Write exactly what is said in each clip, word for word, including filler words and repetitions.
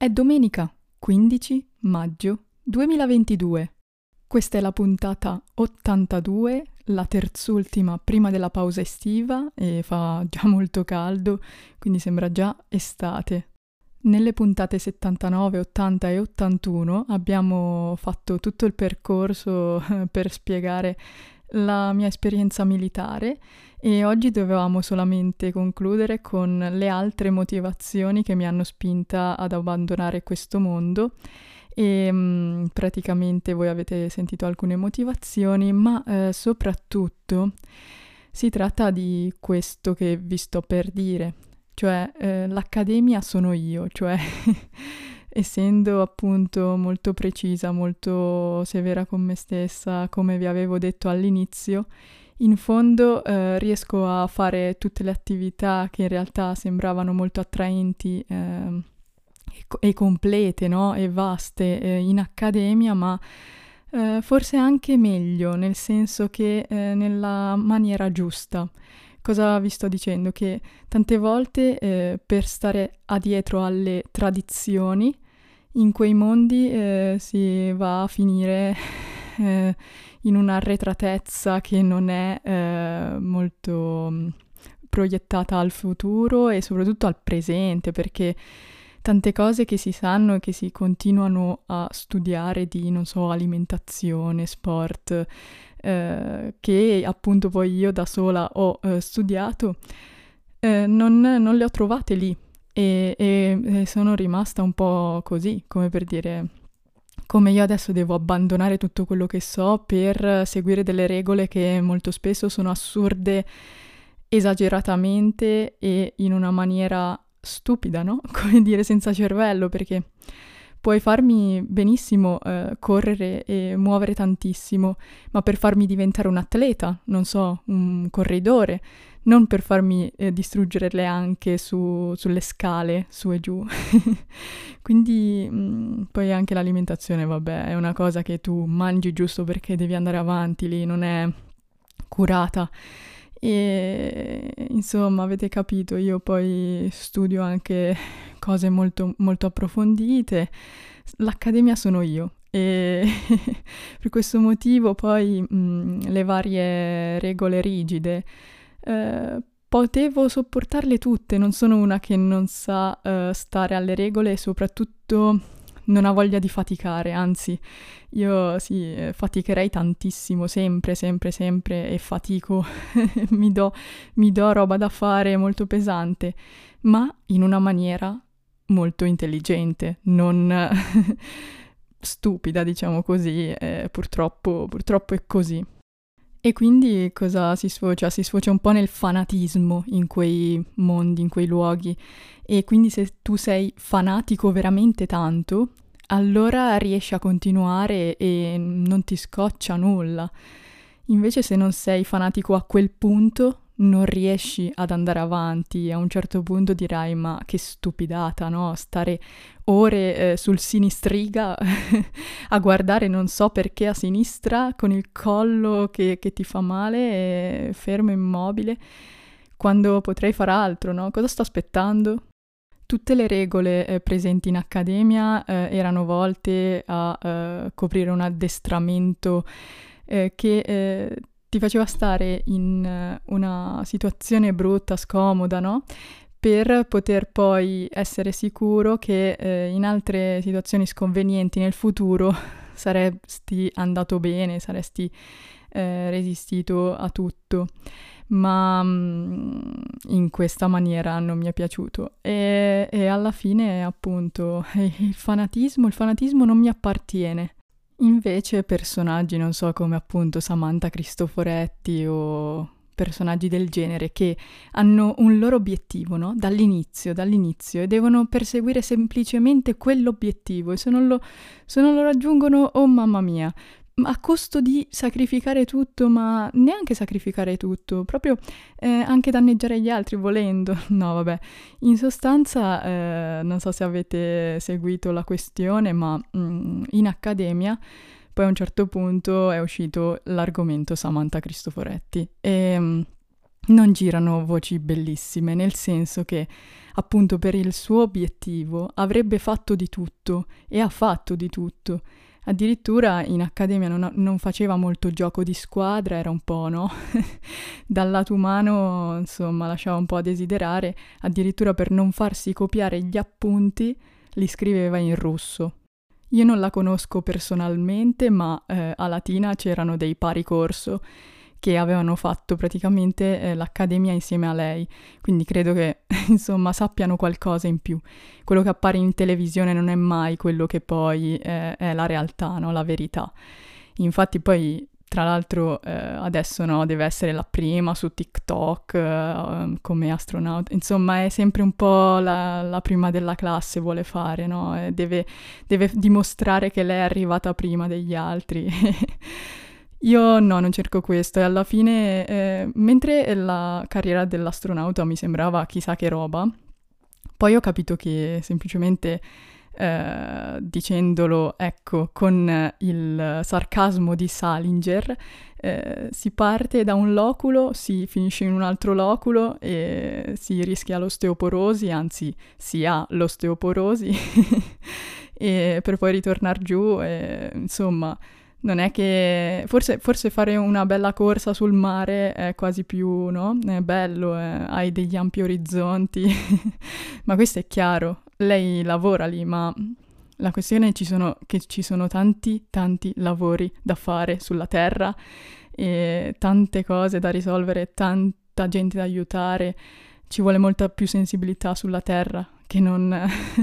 È domenica quindici maggio duemilaventidue. Questa è la puntata ottantadue, la terzultima prima della pausa estiva e fa già molto caldo, quindi sembra già estate. Nelle puntate settantanove, ottanta e ottantuno abbiamo fatto tutto il percorso per spiegare la mia esperienza militare e oggi dovevamo solamente concludere con le altre motivazioni che mi hanno spinta ad abbandonare questo mondo e mh, praticamente voi avete sentito alcune motivazioni, ma eh, soprattutto si tratta di questo che vi sto per dire, cioè eh, l'accademia sono io, cioè essendo appunto molto precisa, molto severa con me stessa, come vi avevo detto all'inizio, in fondo eh, riesco a fare tutte le attività che in realtà sembravano molto attraenti eh, e, co- e complete, no? E vaste eh, in accademia, ma eh, forse anche meglio, nel senso che eh, nella maniera giusta. Cosa vi sto dicendo? Che tante volte eh, per stare addietro alle tradizioni in quei mondi eh, si va a finire eh, in un'arretratezza che non è eh, molto mh, proiettata al futuro e soprattutto al presente, perché tante cose che si sanno e che si continuano a studiare di, non so, alimentazione, sport, eh, che appunto poi io da sola ho eh, studiato, eh, non, non le ho trovate lì. E, e, e sono rimasta un po' così, come per dire, come io adesso devo abbandonare tutto quello che so per seguire delle regole che molto spesso sono assurde esageratamente e in una maniera stupida, no? Come dire, senza cervello, perché puoi farmi benissimo eh, correre e muovere tantissimo, ma per farmi diventare un atleta, non so, un corridore, non per farmi eh, distruggere le anche su, sulle scale, su e giù. Quindi mh, poi anche l'alimentazione, vabbè, è una cosa che tu mangi giusto perché devi andare avanti, lì non è curata. E insomma, avete capito, io poi studio anche cose molto, molto approfondite. L'accademia sono io. E per questo motivo poi mh, le varie regole rigide eh, potevo sopportarle tutte, non sono una che non sa eh, stare alle regole e soprattutto non ha voglia di faticare, anzi io sì, eh, faticherei tantissimo, sempre, sempre, sempre e fatico, mi do, mi do roba da fare molto pesante, ma in una maniera molto intelligente, non stupida, diciamo così, eh, purtroppo, purtroppo è così. E quindi cosa si sfocia? Si sfocia un po' nel fanatismo in quei mondi, in quei luoghi. E quindi se tu sei fanatico veramente tanto, allora riesci a continuare e non ti scoccia nulla. Invece se non sei fanatico a quel punto, non riesci ad andare avanti. A un certo punto dirai, ma che stupidata, no? Stare ore eh, sul sinistriga a guardare non so perché a sinistra con il collo che, che ti fa male, e fermo immobile, quando potrei far altro, no? Cosa sto aspettando? Tutte le regole eh, presenti in accademia eh, erano volte a eh, coprire un addestramento eh, che eh, ti faceva stare in eh, una situazione brutta, scomoda, no? Per poter poi essere sicuro che eh, in altre situazioni sconvenienti nel futuro saresti andato bene, saresti eh, resistito a tutto. Ma mh, in questa maniera non mi è piaciuto e, e alla fine appunto il fanatismo, il fanatismo non mi appartiene. Invece personaggi, non so, come appunto Samantha Cristoforetti o personaggi del genere che hanno un loro obiettivo, no? Dall'inizio, dall'inizio e devono perseguire semplicemente quell'obiettivo e se non lo, se non lo raggiungono, oh mamma mia, a costo di sacrificare tutto, ma neanche sacrificare tutto, proprio eh, anche danneggiare gli altri volendo. No, vabbè, in sostanza eh, non so se avete seguito la questione, ma mh, in accademia poi a un certo punto è uscito l'argomento Samantha Cristoforetti e mh, non girano voci bellissime, nel senso che appunto per il suo obiettivo avrebbe fatto di tutto e ha fatto di tutto. Addirittura in accademia non, non faceva molto gioco di squadra, era un po', no? Dal lato umano, insomma, lasciava un po' a desiderare, addirittura per non farsi copiare gli appunti li scriveva in russo. Io non la conosco personalmente, ma eh, a Latina c'erano dei pari corso che avevano fatto praticamente eh, l'accademia insieme a lei, quindi credo che insomma sappiano qualcosa in più. Quello che appare in televisione non è mai quello che poi eh, è la realtà, no? La verità. Infatti poi tra l'altro eh, adesso no, deve essere la prima su TikTok eh, come astronauta, insomma è sempre un po' la, la prima della classe vuole fare, no? E deve, deve dimostrare che lei è arrivata prima degli altri. Io no, non cerco questo e alla fine, eh, mentre la carriera dell'astronauta mi sembrava chissà che roba, poi ho capito che semplicemente eh, dicendolo, ecco, con il sarcasmo di Salinger, eh, si parte da un loculo, si finisce in un altro loculo e si rischia l'osteoporosi, anzi si ha l'osteoporosi, e per poi ritornare giù, e, insomma... Non è che... Forse, forse fare una bella corsa sul mare è quasi più, no? È bello, è... hai degli ampi orizzonti. Ma questo è chiaro. Lei lavora lì, ma la questione è ci sono, che ci sono tanti, tanti lavori da fare sulla Terra e tante cose da risolvere, tanta gente da aiutare. Ci vuole molta più sensibilità sulla Terra che non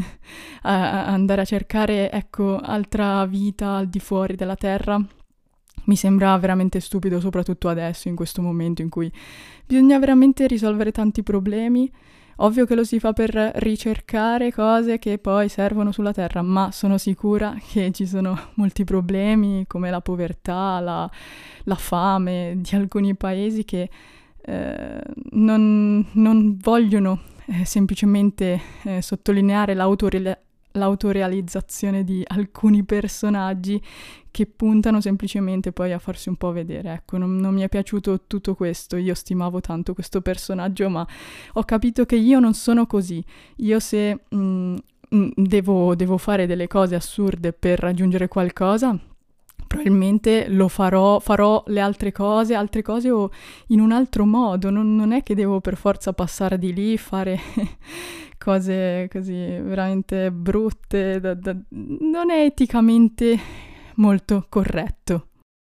a andare a cercare, ecco, altra vita al di fuori della Terra. Mi sembra veramente stupido, soprattutto adesso, in questo momento in cui bisogna veramente risolvere tanti problemi. Ovvio che lo si fa per ricercare cose che poi servono sulla Terra, ma sono sicura che ci sono molti problemi, come la povertà, la, la fame di alcuni paesi che eh, non, non vogliono Eh, semplicemente eh, sottolineare l'autorela- l'autorealizzazione di alcuni personaggi che puntano semplicemente poi a farsi un po' vedere. Ecco, non, non mi è piaciuto tutto questo, io stimavo tanto questo personaggio, ma ho capito che io non sono così. Io se mh, mh, devo, devo fare delle cose assurde per raggiungere qualcosa, probabilmente lo farò, farò le altre cose, altre cose o in un altro modo, non, non è che devo per forza passare di lì, fare cose così veramente brutte, da, da, non è eticamente molto corretto.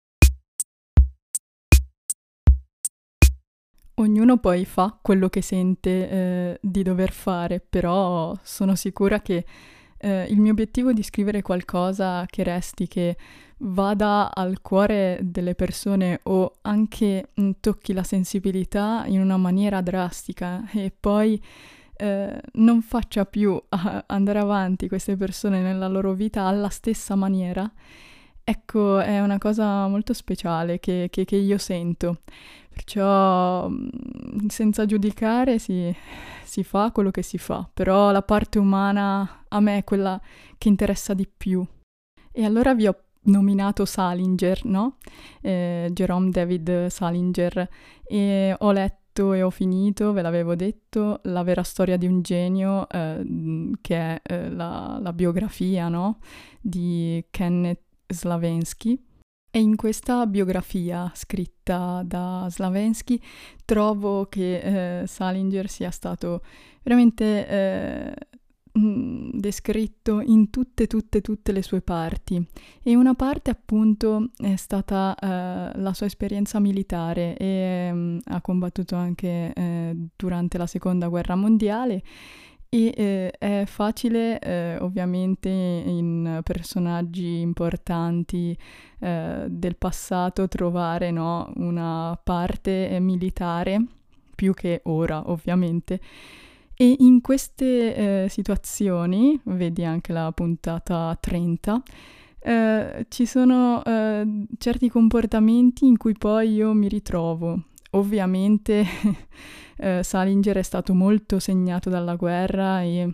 Ognuno poi fa quello che sente eh, di dover fare, però sono sicura che eh, il mio obiettivo è di scrivere qualcosa che resti, che vada al cuore delle persone o anche mh, tocchi la sensibilità in una maniera drastica e poi eh, non faccia più a- andare avanti queste persone nella loro vita alla stessa maniera. Ecco, è una cosa molto speciale che, che, che io sento. Perciò, mh, senza giudicare, si, si fa quello che si fa, però la parte umana a me è quella che interessa di più. E allora vi ho nominato Salinger, no? Eh, Jerome David Salinger, e ho letto e ho finito, ve l'avevo detto, La vera storia di un genio, eh, che è eh, la, la biografia, no? Di Kenneth Slavenski. E in questa biografia scritta da Slavenski trovo che eh, Salinger sia stato veramente eh, mh, descritto in tutte, tutte, tutte le sue parti. E una parte appunto è stata eh, la sua esperienza militare e mh, ha combattuto anche eh, durante la seconda guerra mondiale. E eh, è facile, eh, ovviamente, in personaggi importanti eh, del passato trovare, no, una parte eh, militare, più che ora, ovviamente. E in queste eh, situazioni, vedi anche la puntata trenta, eh, ci sono eh, certi comportamenti in cui poi io mi ritrovo. Ovviamente eh, Salinger è stato molto segnato dalla guerra e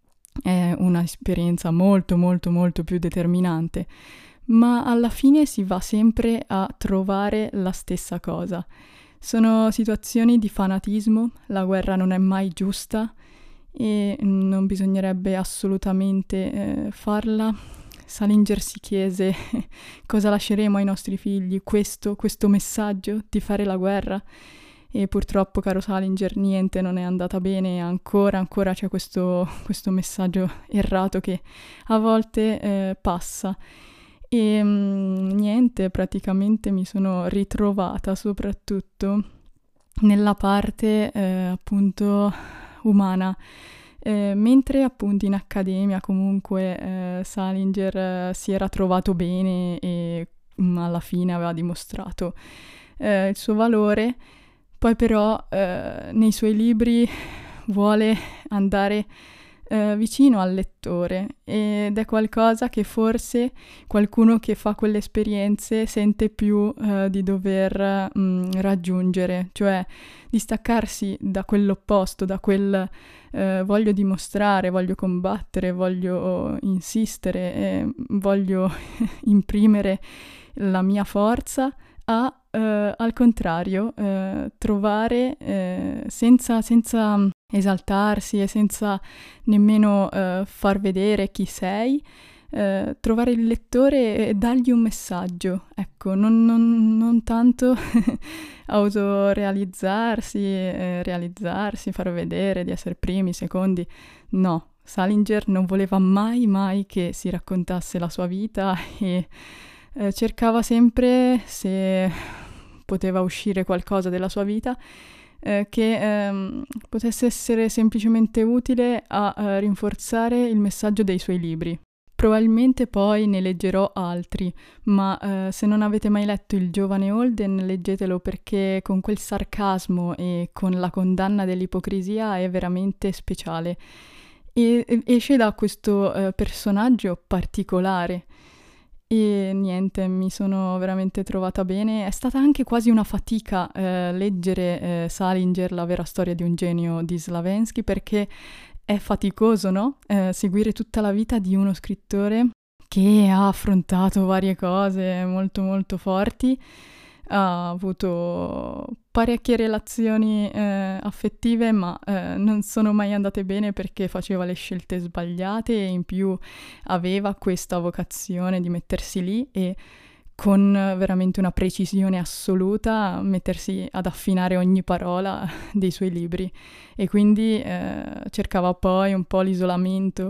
è un'esperienza molto molto molto più determinante, ma alla fine si va sempre a trovare la stessa cosa. Sono situazioni di fanatismo, la guerra non è mai giusta e non bisognerebbe assolutamente eh, farla. Salinger si chiese cosa lasceremo ai nostri figli, questo, questo messaggio di fare la guerra. E purtroppo, caro Salinger, niente, non è andata bene, ancora, ancora c'è questo, questo messaggio errato che a volte eh, passa. E mh, niente, praticamente mi sono ritrovata soprattutto nella parte eh, appunto umana. Eh, mentre appunto in accademia comunque eh, Salinger eh, si era trovato bene e mh, alla fine aveva dimostrato eh, il suo valore, poi però eh, nei suoi libri vuole andare eh, vicino al lettore ed è qualcosa che forse qualcuno che fa quelle esperienze sente più eh, di dover mh, raggiungere, cioè distaccarsi da quell'opposto, da quel eh, voglio dimostrare, voglio combattere, voglio insistere, eh, voglio imprimere la mia forza a, eh, al contrario, eh, trovare eh, senza, senza esaltarsi e senza nemmeno eh, far vedere chi sei, eh, trovare il lettore e dargli un messaggio, ecco, non, non, non tanto autorealizzarsi, eh, realizzarsi, far vedere di essere primi, secondi, no. Salinger non voleva mai, mai che si raccontasse la sua vita e Eh, cercava sempre, se poteva uscire qualcosa della sua vita, eh, che ehm, potesse essere semplicemente utile a eh, rinforzare il messaggio dei suoi libri. Probabilmente poi ne leggerò altri, ma eh, se non avete mai letto Il giovane Holden, leggetelo perché con quel sarcasmo e con la condanna dell'ipocrisia è veramente speciale. E, e esce da questo eh, personaggio particolare. E niente, mi sono veramente trovata bene. È stata anche quasi una fatica eh, leggere eh, Salinger, la vera storia di un genio di Slavensky, perché è faticoso, no? Eh, seguire tutta la vita di uno scrittore che ha affrontato varie cose molto molto forti, ha avuto parecchie relazioni eh, affettive, ma eh, non sono mai andate bene perché faceva le scelte sbagliate e in più aveva questa vocazione di mettersi lì e con veramente una precisione assoluta mettersi ad affinare ogni parola dei suoi libri e quindi eh, cercava poi un po' l'isolamento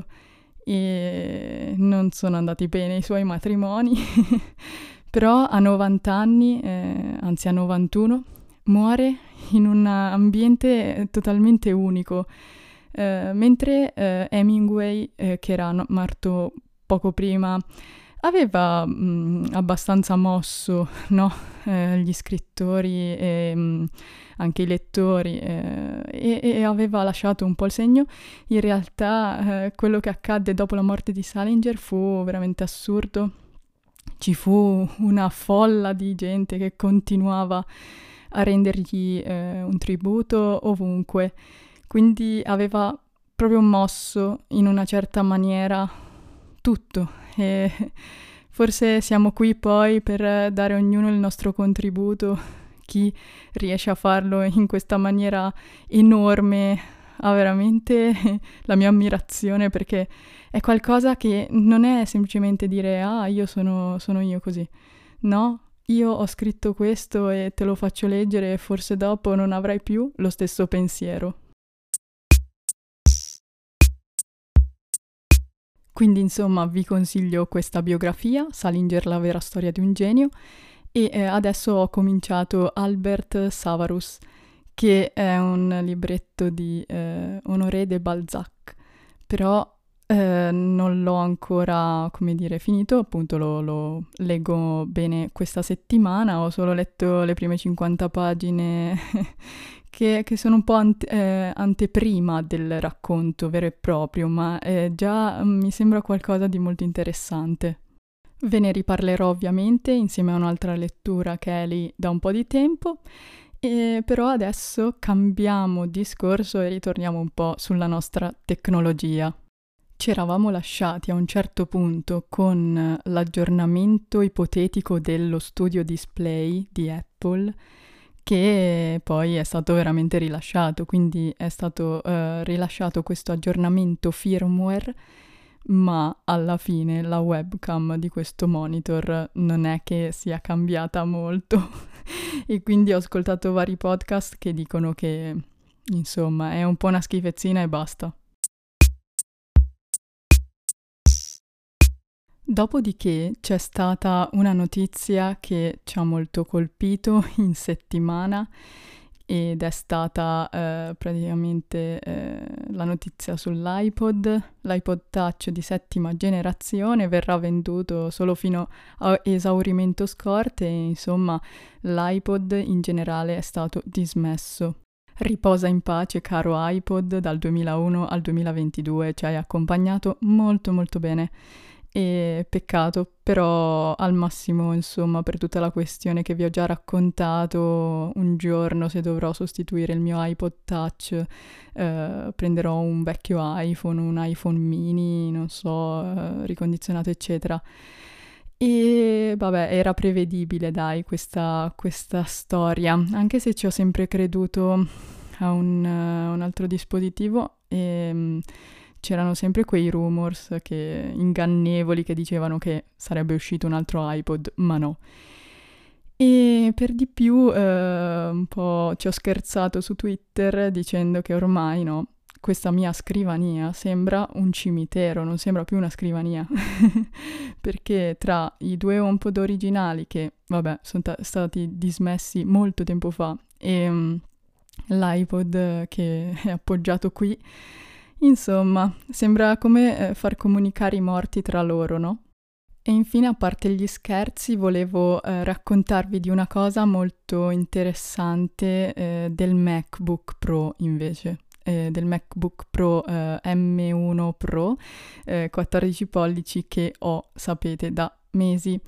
e non sono andati bene i suoi matrimoni. Però a novanta anni, eh, anzi a novantuno, muore in un ambiente totalmente unico, eh, mentre eh, Hemingway, eh, che era no- morto poco prima, aveva mh, abbastanza mosso, no? eh, gli scrittori e mh, anche i lettori eh, e, e aveva lasciato un po' il segno. In realtà eh, quello che accadde dopo la morte di Salinger fu veramente assurdo. Ci fu una folla di gente che continuava a rendergli eh, un tributo ovunque, quindi aveva proprio mosso in una certa maniera tutto e forse siamo qui poi per dare ognuno il nostro contributo, chi riesce a farlo in questa maniera enorme ha veramente la mia ammirazione perché è qualcosa che non è semplicemente dire ah io sono, sono io così, no, io ho scritto questo e te lo faccio leggere e forse dopo non avrai più lo stesso pensiero. Quindi insomma vi consiglio questa biografia, Salinger la vera storia di un genio e eh, adesso ho cominciato Albert Savarus, che è un libretto di eh, Honoré de Balzac, però eh, non l'ho ancora, come dire, finito, appunto lo, lo leggo bene questa settimana, ho solo letto le prime cinquanta pagine che, che sono un po' ante, eh, anteprima del racconto vero e proprio, ma eh, già mi sembra qualcosa di molto interessante. Ve ne riparlerò ovviamente insieme a un'altra lettura che è lì da un po' di tempo, e però adesso cambiamo discorso e ritorniamo un po' sulla nostra tecnologia. Ci eravamo lasciati a un certo punto con l'aggiornamento ipotetico dello studio display di Apple, che poi è stato veramente rilasciato, quindi è stato uh, rilasciato questo aggiornamento firmware, ma alla fine la webcam di questo monitor non è che sia cambiata molto e quindi ho ascoltato vari podcast che dicono che insomma è un po' una schifezzina e basta. Dopodiché c'è stata una notizia che ci ha molto colpito in settimana ed è stata eh, praticamente eh, la notizia sull'iPod. L'iPod Touch di settima generazione verrà venduto solo fino a esaurimento scorte e insomma l'iPod in generale è stato dismesso. Riposa in pace, caro iPod, dal duemilauno al duemilaventidue ci hai accompagnato molto molto bene. E peccato, però al massimo, insomma, per tutta la questione che vi ho già raccontato, un giorno se dovrò sostituire il mio iPod Touch, eh, prenderò un vecchio iPhone, un iPhone mini, non so, eh, ricondizionato, eccetera. E vabbè, era prevedibile, dai, questa, questa storia, anche se ci ho sempre creduto a un, uh, un altro dispositivo e... c'erano sempre quei rumors che, ingannevoli che dicevano che sarebbe uscito un altro iPod, ma no. E per di più eh, un po' ci ho scherzato su Twitter dicendo che ormai no, questa mia scrivania sembra un cimitero, non sembra più una scrivania. Perché tra i due HomePod originali che, vabbè, sono ta- stati dismessi molto tempo fa e um, l'iPod che è appoggiato qui, insomma, sembra come eh, far comunicare i morti tra loro, no? E infine, a parte gli scherzi, volevo eh, raccontarvi di una cosa molto interessante eh, del MacBook Pro, invece. Eh, del MacBook Pro eh, M uno Pro, eh, quattordici pollici che ho, sapete, da mesi.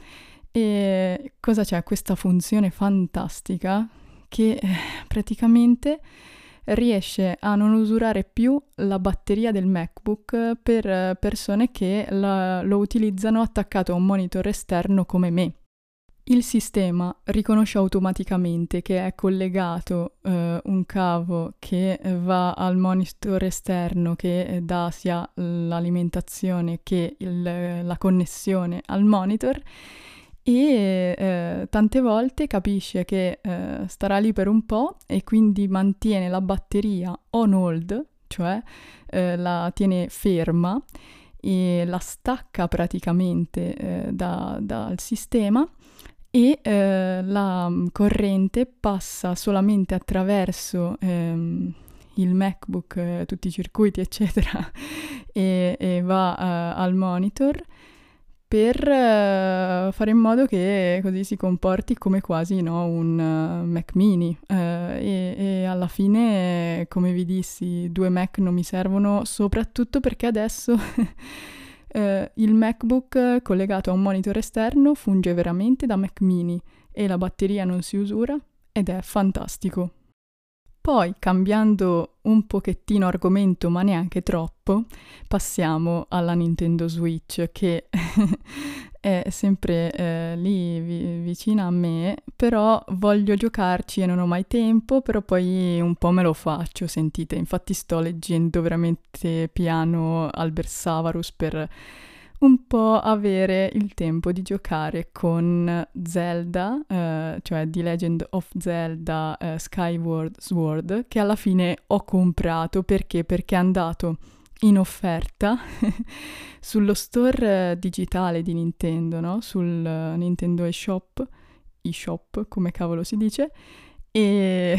E cosa c'è? Questa funzione fantastica che eh, praticamente riesce a non usurare più la batteria del MacBook per persone che la, lo utilizzano attaccato a un monitor esterno come me. Il sistema riconosce automaticamente che è collegato eh, un cavo che va al monitor esterno che dà sia l'alimentazione che il, la connessione al monitor e eh, tante volte capisce che eh, starà lì per un po' e quindi mantiene la batteria on hold, cioè eh, la tiene ferma e la stacca praticamente eh, da, dal sistema e eh, la corrente passa solamente attraverso ehm, il MacBook, eh, tutti i circuiti eccetera e, e va eh, al monitor per uh, fare in modo che così si comporti come quasi no, un uh, Mac mini uh, e, e alla fine, come vi dissi, due Mac non mi servono, soprattutto perché adesso uh, il MacBook collegato a un monitor esterno funge veramente da Mac mini e la batteria non si usura ed è fantastico. Poi, cambiando un pochettino argomento, ma neanche troppo, passiamo alla Nintendo Switch, che è sempre eh, lì vi- vicina a me, però voglio giocarci e non ho mai tempo, però poi un po' me lo faccio, sentite. Infatti sto leggendo veramente piano Albert Savarus per un po' avere il tempo di giocare con Zelda, eh, cioè The Legend of Zelda eh, Skyward Sword, che alla fine ho comprato perché? Perché è andato in offerta sullo store eh, digitale di Nintendo, no? Sul uh, Nintendo eShop, eShop come cavolo si dice, e,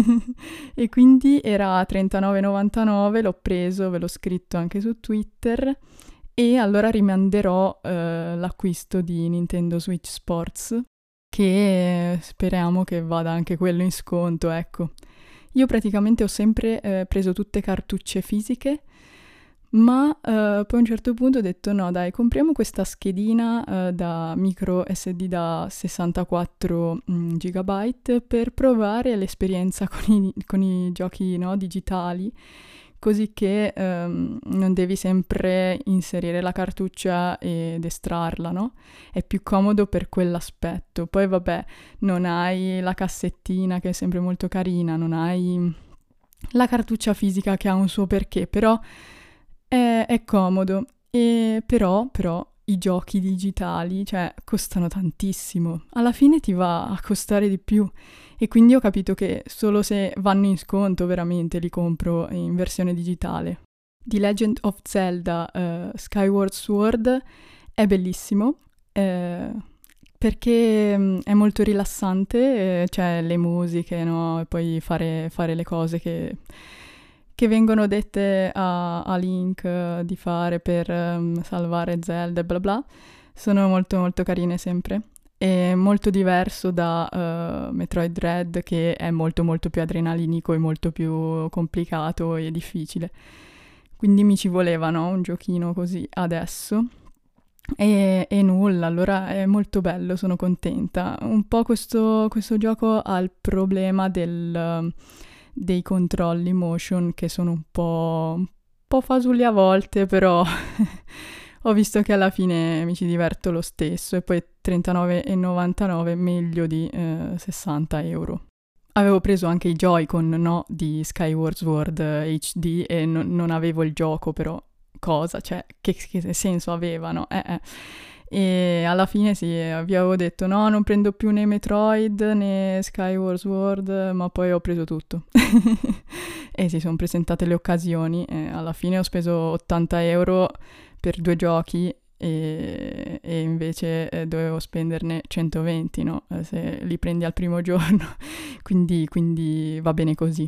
e quindi era a trentanove e novantanove, l'ho preso, ve l'ho scritto anche su Twitter. E allora rimanderò eh, l'acquisto di Nintendo Switch Sports, che speriamo che vada anche quello in sconto, ecco. Io praticamente ho sempre eh, preso tutte cartucce fisiche, ma eh, poi a un certo punto ho detto no dai, compriamo questa schedina eh, da micro S D da sessantaquattro giga per provare l'esperienza con i, con i giochi no, digitali. così che ehm, non devi sempre inserire la cartuccia ed estrarla, no? È più comodo per quell'aspetto. Poi vabbè, non hai la cassettina che è sempre molto carina, non hai la cartuccia fisica che ha un suo perché, però è, è comodo. E però, però, i giochi digitali, cioè, costano tantissimo. Alla fine ti va a costare di più. E quindi ho capito che solo se vanno in sconto veramente li compro in versione digitale. The Legend of Zelda uh, Skyward Sword è bellissimo eh, perché mh, è molto rilassante, eh, cioè le musiche, no? E poi fare, fare le cose che, che vengono dette a, a Link uh, di fare per um, salvare Zelda e bla bla, sono molto molto carine sempre. È molto diverso da uh, Metroid Dread, che è molto molto più adrenalinico e molto più complicato e difficile. Quindi mi ci voleva, no? Un giochino così adesso. E, e nulla, allora è molto bello, sono contenta. Un po' questo, questo gioco ha il problema del, dei controlli motion che sono un po', un po' fasulli a volte, però ho visto che alla fine mi ci diverto lo stesso e poi trentanove e novantanove meglio di eh, sessanta euro. Avevo preso anche i Joy-Con, no, di Skyward Sword H D e no, non avevo il gioco, però cosa, cioè che, che senso avevano? Eh, eh. E alla fine sì, vi avevo detto no, non prendo più né Metroid né Skyward Sword, ma poi ho preso tutto. E si sono presentate le occasioni e alla fine ho speso ottanta euro per due giochi e, e invece eh, dovevo spenderne centoventi, no? Se li prendi al primo giorno, quindi, quindi va bene così.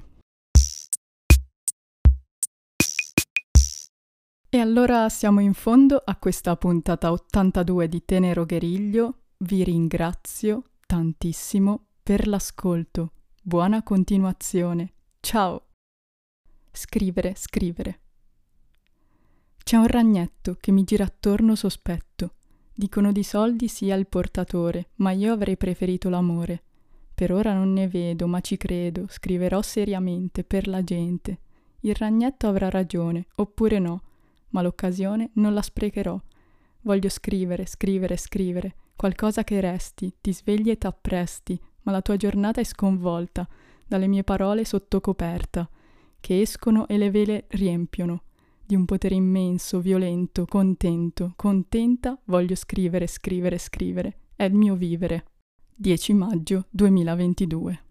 E allora siamo in fondo a questa puntata ottantadue di Tenero Gueriglio. Vi ringrazio tantissimo per l'ascolto. Buona continuazione. Ciao! Scrivere, scrivere. C'è un ragnetto che mi gira attorno sospetto. Dicono di soldi sia il portatore, ma io avrei preferito l'amore. Per ora non ne vedo, ma ci credo. Scriverò seriamente per la gente. Il ragnetto avrà ragione, oppure no. Ma l'occasione non la sprecherò. Voglio scrivere, scrivere, scrivere, qualcosa che resti, ti svegli e t'appresti, ma la tua giornata è sconvolta, dalle mie parole sotto coperta, che escono e le vele riempiono, di un potere immenso, violento, contento, contenta, voglio scrivere, scrivere, scrivere, è il mio vivere. dieci maggio duemilaventidue.